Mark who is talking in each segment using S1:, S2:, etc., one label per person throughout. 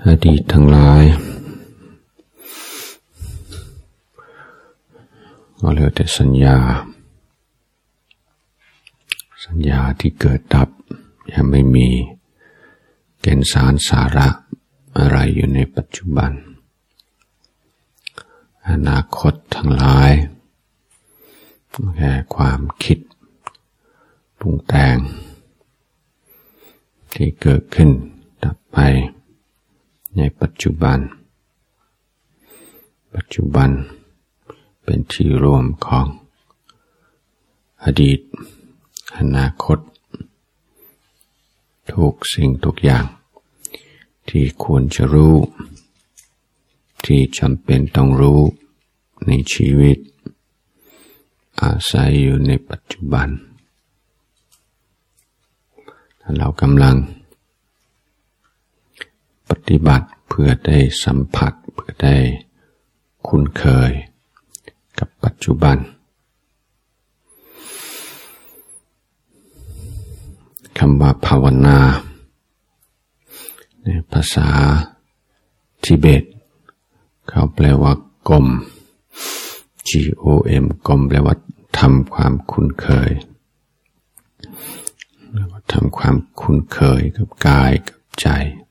S1: อดีตทั้งหลายก็เหลือแต่สัญญาที่เกิดดับยังไม่มีแก่นสารสาระอะไรอยู่ในปัจจุบันอนาคตทั้งหลายแค่ความคิดปรุงแต่งที่เกิดขึ้นดับไปในปัจจุบันเป็นที่รวมของอดีตอนาคตทุกสิ่งทุกอย่างที่ควรจะรู้ที่จำเป็นต้องรู้ในชีวิตอาศัยอยู่ในปัจจุบันเรากำลังปฏิบัติเพื่อได้สัมผัสเพื่อได้คุ้นเคยกับปัจจุบันคำว่าภาวนาในภาษาทิเบตเขาแปลว่ากลม GOM กลมแปลว่าทำความคุ้นเคยทำความคุ้นเคยกับกายกับใจ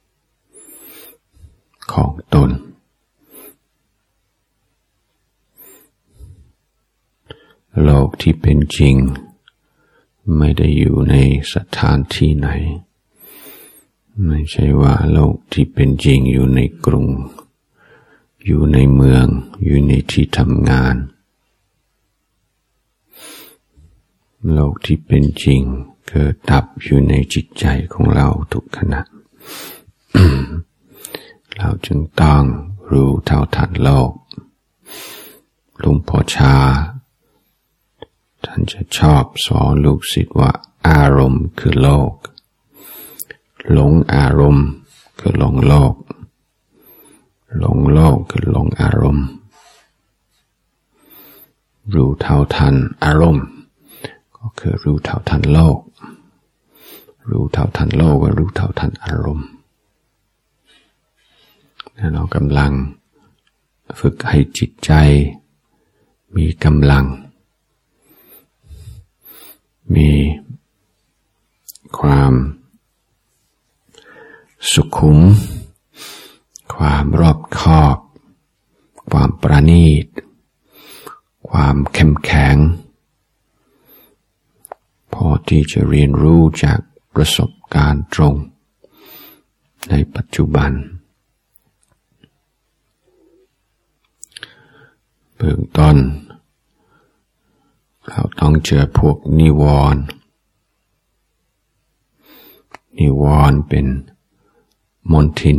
S1: ของตนโลกที่เป็นจริงไม่ได้อยู่ในสถานที่ไหนไม่ใช่ว่าโลกที่เป็นจริงอยู่ในกรุงอยู่ในเมืองอยู่ในที่ทำงานโลกที่เป็นจริงเกิดดับอยู่ในจิตใจของเราทุกขณะ เราจึงต้องรู้เท่าทันโลกหลวงพ่อชาท่านจะชอบสอนลูกศิษย์ว่าอารมณ์คือโลกหลงอารมณ์คือหลงโลกหลงโลกคือหลงอารมณ์รู้เท่าทันอารมณ์ก็คือรู้เท่าทันโลกรู้เท่าทันโลกก็รู้เท่าทันอารมณ์เรากำลังฝึกให้จิตใจมีกำลังมีความสุขุมความรอบคอบความประณีตความเข้มแข็งพอที่จะเรียนรู้จากประสบการณ์ตรงในปัจจุบันเบื้องต้นเราต้องเจอพวกนิวรณ์เป็นมลทิน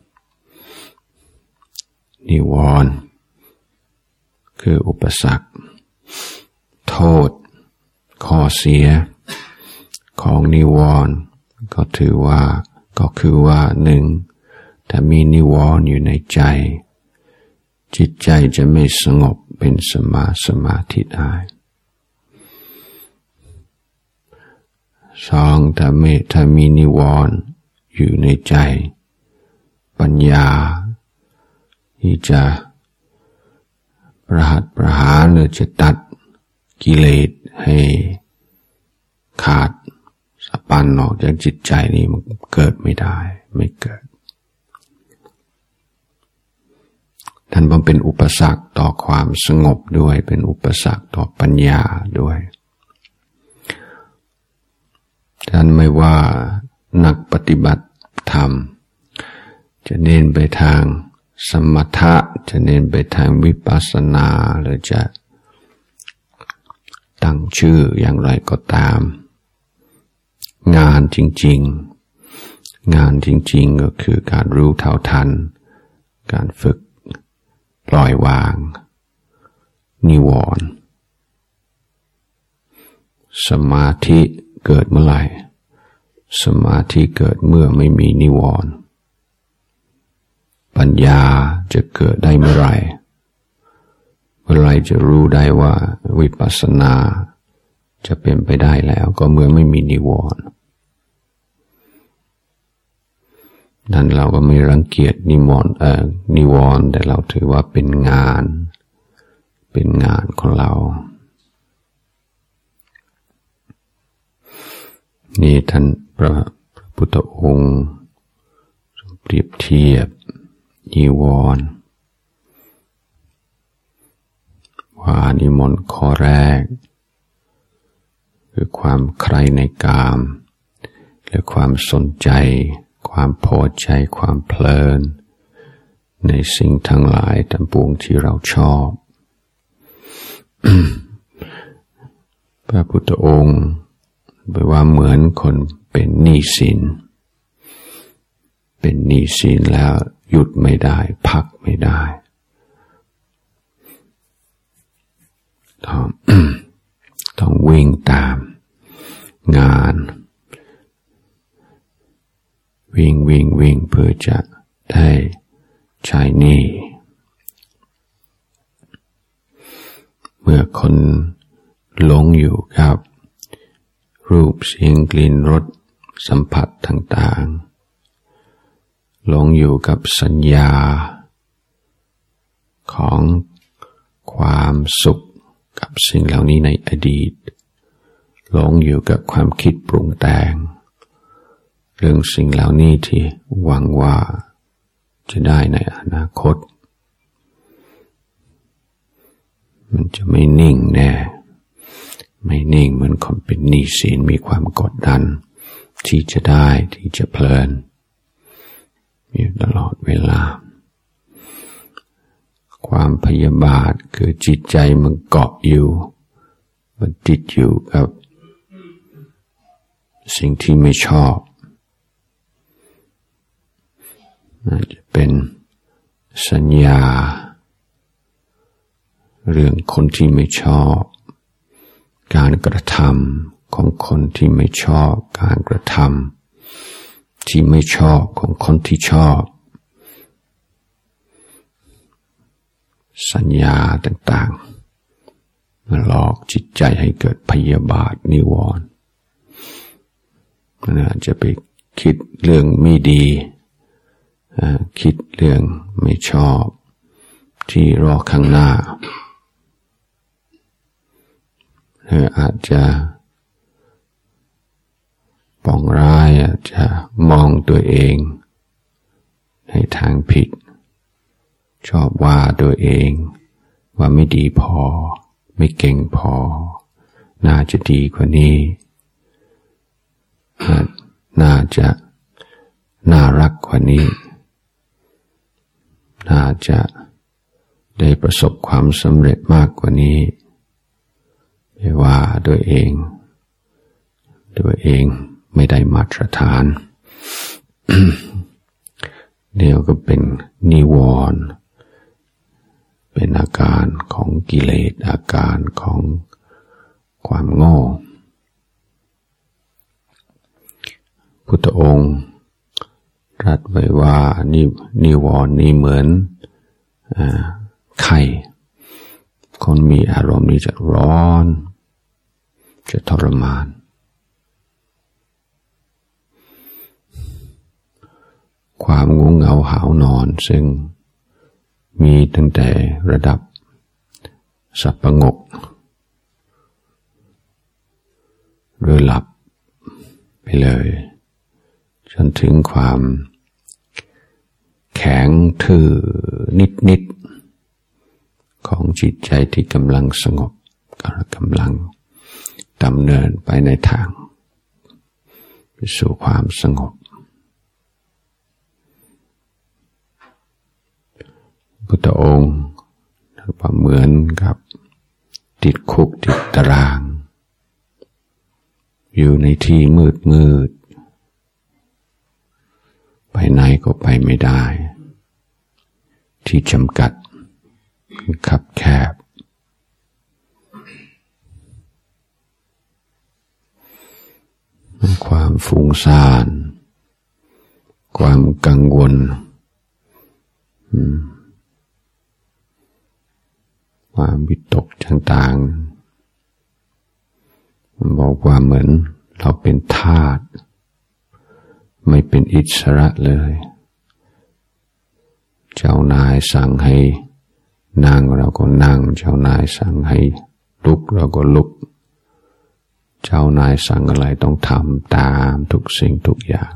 S1: นิวรณ์คืออุปสรรคโทษข้อเสียของนิวรณ์ก็คือว่าหนึ่งถ้ามีนิวรณ์อยู่ในใจจิตใจจะไม่สงบเป็นสมาธิได้สองถ้ามีนิวรณ์อยู่ในใจปัญญาที่จะประหารหรือจะตัดกิเลสให้ขาดสะปันออกจากจิตใจนี้มันเกิดไม่ได้ไม่เกิดท่านเป็นอุปสรรคต่อความสงบด้วยเป็นอุปสรรคต่อปัญญาด้วยท่านไม่ว่านักปฏิบัติธรรมจะเน้นไปทางสมถะจะเน้นไปทางวิปัสสนาหรือจะตั้งชื่ออย่างไรก็ตามงานจริงๆก็คือการรู้เท่าทันการฝึกปล่อยวางนิวรณ์สมาธิเกิดเมื่อไหร่สมาธิเกิดเมื่อไม่มีนิวรณ์ปัญญาจะเกิดได้เมื่อไหร่จะรู้ได้ว่าวิปัสสนาจะเป็นไปได้แล้วก็เมื่อไม่มีนิวรณ์นั้นเราก็ไม่รังเกียจนิวรณ์แต่เราถือว่าเป็นงานของเรานี่ท่านพระพุทธองค์เปรียบเทียบนิวรณ์ว่านิมนต์ข้อแรกคือความใคร่ในกามและความสนใจความพอใจความเพลินในสิ่งทั้งหลายทั้งปวงที่เราชอบ พระพุทธองค์บอกว่าเหมือนคนเป็นหนี้สินแล้วหยุดไม่ได้พักไม่ได้ต้องวิ่งตามงานวิ่งเพื่อจะได้ใช้หนี้เมื่อคนหลงอยู่กับรูปเสียงกลิ่นรสสัมผัสต่างๆหลงอยู่กับสัญญาของความสุขกับสิ่งเหล่านี้ในอดีตหลงอยู่กับความคิดปรุงแต่งเรื่องสิ่งเหล่านี้ที่หวังว่าจะได้ในอนาคตมันจะไม่นิ่งแน่ไม่นิ่งเหมือนคนเป็นหนี้สินมีความกดดันที่จะได้ที่จะเพลินอยู่ตลอดเวลาความพยาบาทคือจิตใจมันเกาะอยู่มันติดอยู่กับสิ่งที่ไม่ชอบอาจจะเป็นสัญญาเรื่องคนที่ไม่ชอบการกระทำของคนที่ไม่ชอบการกระทำที่ไม่ชอบของคนที่ชอบสัญญาต่างๆมาหลอกจิตใจให้เกิดพยาบาทนิวรณ์มันอาจจะไปคิดเรื่องไม่ดีคิดเรื่องไม่ชอบที่รอข้างหน้าหรืออาจจะปองร้ายอาจจะมองตัวเองในทางผิดชอบว่าตัวเองว่าไม่ดีพอไม่เก่งพอน่าจะดีกว่านี้น่าจะน่ารักกว่านี้น่าจะได้ประสบความสำเร็จมากกว่านี้ไม่ว่าตัวเองไม่ได้มาตรฐาน เดี๋ยวก็เป็นนิวรณ์เป็นอาการของกิเลสอาการของความโง่พุทธองค์ตรัสไว้ว่านิวรณ์นี้เหมือนไข้คนมีอารมณ์นี้จะร้อนจะทรมานความง่วงเหงาหาวนอนซึ่งมีตั้งแต่ระดับสับประงกหรือหลับไปเลยจนถึงความแข็งทื่อนิดของจิตใจที่กำลังสงบกำลังดำเนินไปในทางไปสู่ความสงบพุทธองค์เหมือนกับติดคุกติดตารางอยู่ในที่มืดไปไหนก็ไปไม่ได้ที่จำกัดคับแคบความฟุ้งซ่านความกังวลความวิตกต่างๆมันบอกว่าเหมือนเราเป็นทาสไม่เป็นอิสระเลยจ้านายสั่งให้นั่งเราก็นั่งเจ้านายสั่งให้ลุกเราก็ลุกเจ้านายสั่งอะไรต้องทำตามทุกสิ่งทุกอย่าง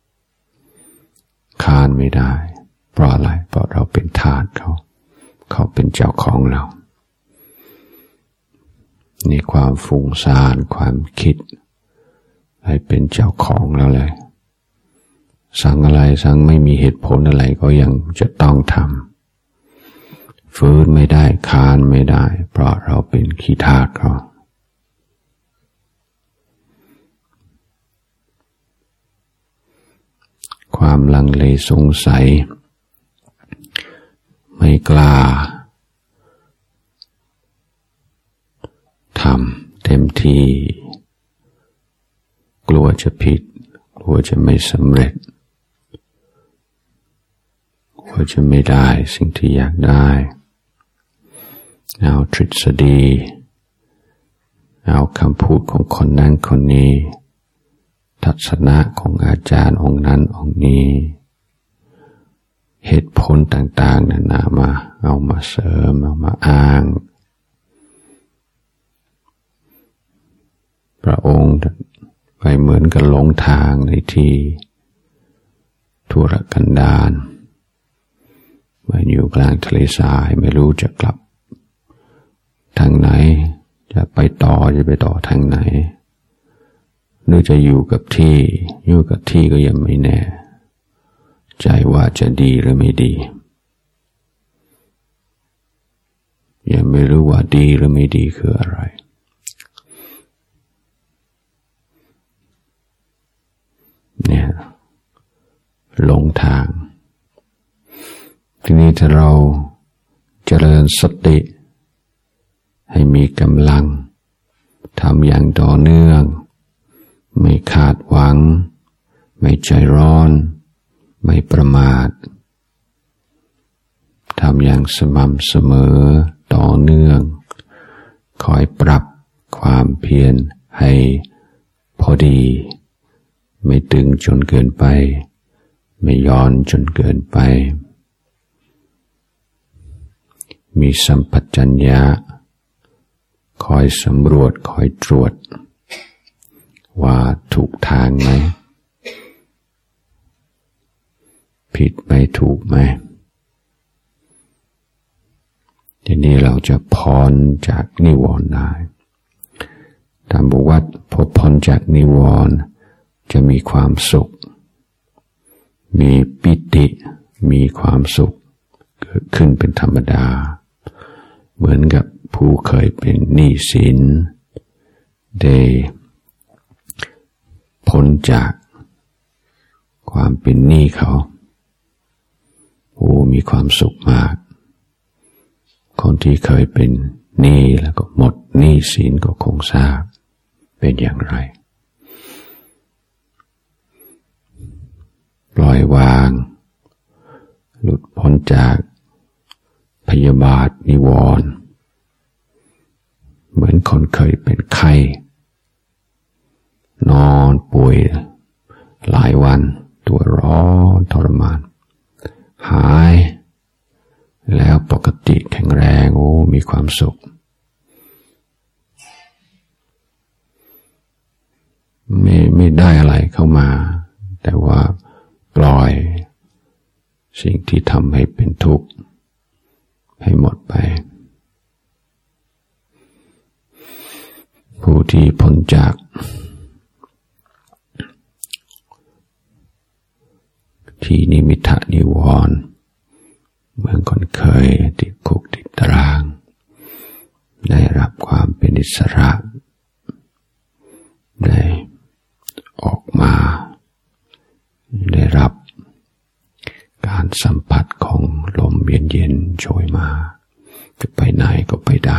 S1: ค้านไม่ได้เพราะอะไรเพราะเราเป็นทาสเขาเป็นเจ้าของเรานี่ความฟุ้งซ่านความคิดให้เป็นเจ้าของเราเลยสั่งอะไรสั่งไม่มีเหตุผลอะไรก็ยังจะต้องทำฟื้นไม่ได้ค้านไม่ได้เพราะเราเป็นขี้ทาสเขาความลังเลสงสัยไม่กล้าทำเต็มที่กลัวจะผิดกลัวจะไม่สำเร็จกลัวจะไม่ได้สิ่งที่อยากได้เอาทฤษฎีเอาคำพูดของคนนั้นคนนี้ทัศนะของอาจารย์องค์นั้นองค์นี้เหตุผลต่างๆนานามาเอามาเสริมเอามาอ้างพระองค์ไปเหมือนกับหลงทางในที่ทุรกันดารเมื่ออยู่กลางทะเลทรายไม่รู้จะกลับทางไหนจะไปต่อทางไหนหรือจะอยู่กับที่ก็ยังไม่แน่ใจว่าจะดีหรือไม่ดียังไม่รู้ว่าดีหรือไม่ดีคืออะไรเนี่ยหลงทางทีนี้ถ้าเราเจริญสติให้มีกำลังทำอย่างต่อเนื่องไม่ขาดหวังไม่ใจร้อนไม่ประมาททำอย่างสม่ำเสมอต่อเนื่องคอยปรับความเพียรให้พอดีไม่ตึงจนเกินไปไม่ย่อนจนเกินไปมีสัมปชัญญะคอยสำรวจคอยตรวจว่าถูกทางไหมผิดไหมถูกไหมทีนี้เราจะพ้นจากนิวรณ์ได้ตามบอกว่าพอพ้นจากนิวรณ์จะมีความสุขมีปิติมีความสุขเกิดขึ้นเป็นธรรมดาเหมือนกับผู้เคยเป็นหนี้สินได้พ้นจากความเป็นหนี้เขามีความสุขมากคนที่เคยเป็นหนี้แล้วก็หมดหนี้สินก็คงทราบเป็นอย่างไรปล่อยวางหลุดพ้นจากพยาบาทนิวรณ์เหมือนคนเคยเป็นไข้นอนป่วยหลายวันตัวร้อนทรมานหายแล้วปกติแข็งแรงมีความสุขไม่ได้อะไรเข้ามาแต่ว่าปล่อยสิ่งที่ทำให้เป็นทุกข์ให้หมดไปผู้ที่พ้นจากที่นิมิทนิวรณ์เหมือนคนเคยติดคุกติดตารางได้รับความเป็นอิสระได้ออกมาได้รับการสัมผัสของลมเย็นๆโชยมาจะไปไหนก็ไปได้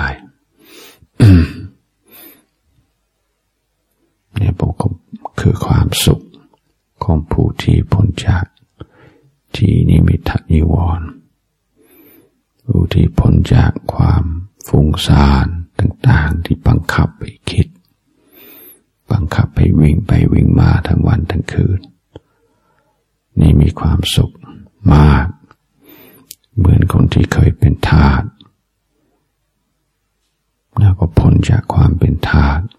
S1: เนี่ยบอกคือความสุขของผู้ที่พ้นจากที่นิมิทนิวรณ์ผู้ที่พ้นจากความฟุ้งซ่านต่างๆที่บังคับไปคิดบังคับให้วิ่งไปวิ่งมาทั้งวันทั้งคืนนี่มีความสุขมากาตุแล้วก็พ้นจากความเป็นธาตุ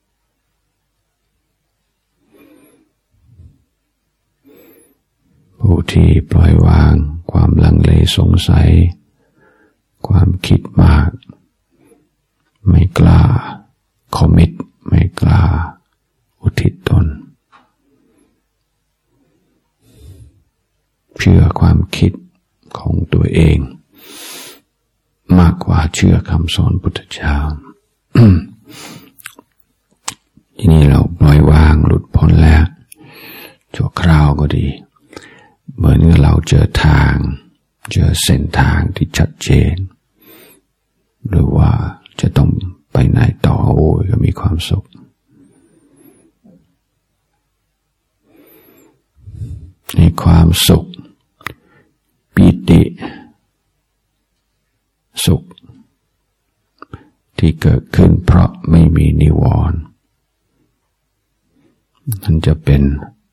S1: ผู้ที่ปล่อยวางความลังเลสงสัยความคิดมากไม่กล้าคอมมิตไม่กล้าอุทิศตนเชื่อความคิดของตัวเองมากกว่าเชื่อคำสอนพุทธเจ้า ทีนี้เราปล่อยวางหลุดพ้นแล้วชั่วคราวก็ดีเหมือนเราเจอทางเจอเส้นทางที่ชัดเจนหรือว่าจะต้องไปไหนต่อโอ้ยก็มีความสุขในความสุขปิติสุขที่เกิดขึ้นเพราะไม่มีนิวรณ์มันจะเป็น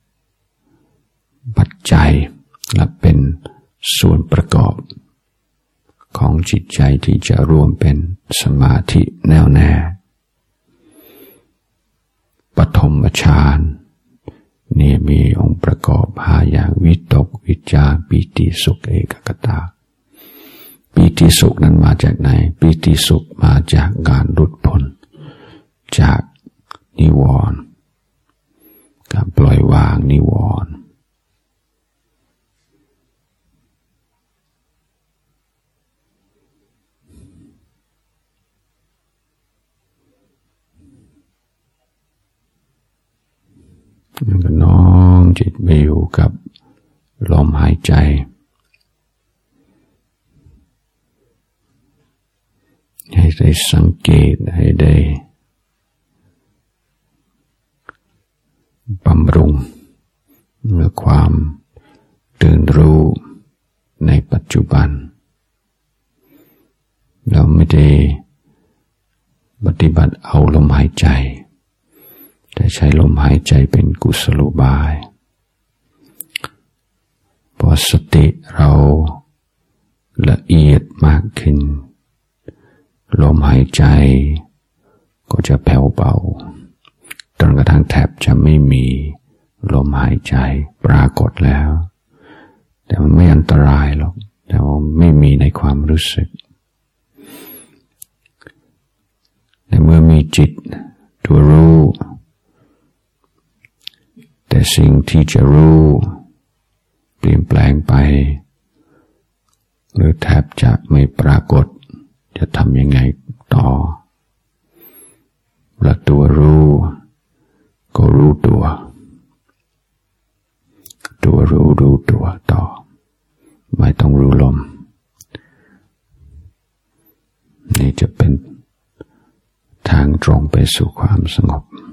S1: ปัจจัยและเป็นส่วนประกอบของจิตใจที่จะรวมเป็นสมาธิแน่วแน่ปฐมฌานนี่มีองค์ประกอบ5อย่างวิตกวิจารปิติสุขเอกคตาปิติสุขนั้นมาจากไหนปิติสุขมาจากการหลุดพ้นจากนิวรณ์การปล่อยวางนิวรณ์ก็น้อมจิตไปอยู่กับลมหายใจให้ได้สังเกตให้ได้บำรุงเมื่อความตื่นรู้ในปัจจุบันเราไม่ได้ปฏิบัติเอาลมหายใจแต่ใช้ลมหายใจเป็นกุศโลบายพอสติเราละเอียดมากขึ้นลมหายใจก็จะแผ่วเบาจนกระทั่งแทบจะไม่มีลมหายใจปรากฏแล้วแต่มันไม่อันตรายหรอกแต่ว่าไม่มีในความรู้สึกแต่เมื่อมีจิตตัวรู้แต่สิ่งที่จะรู้เปลี่ยนแปลงไปหรือแทบจะไม่ปรากฏจะทำยังไงต่อและตัวรู้ก็รู้ตัวรู้ตัวต่อไม่ต้องรู้ลมนี่จะเป็นทางตรงไปสู่ความสงบ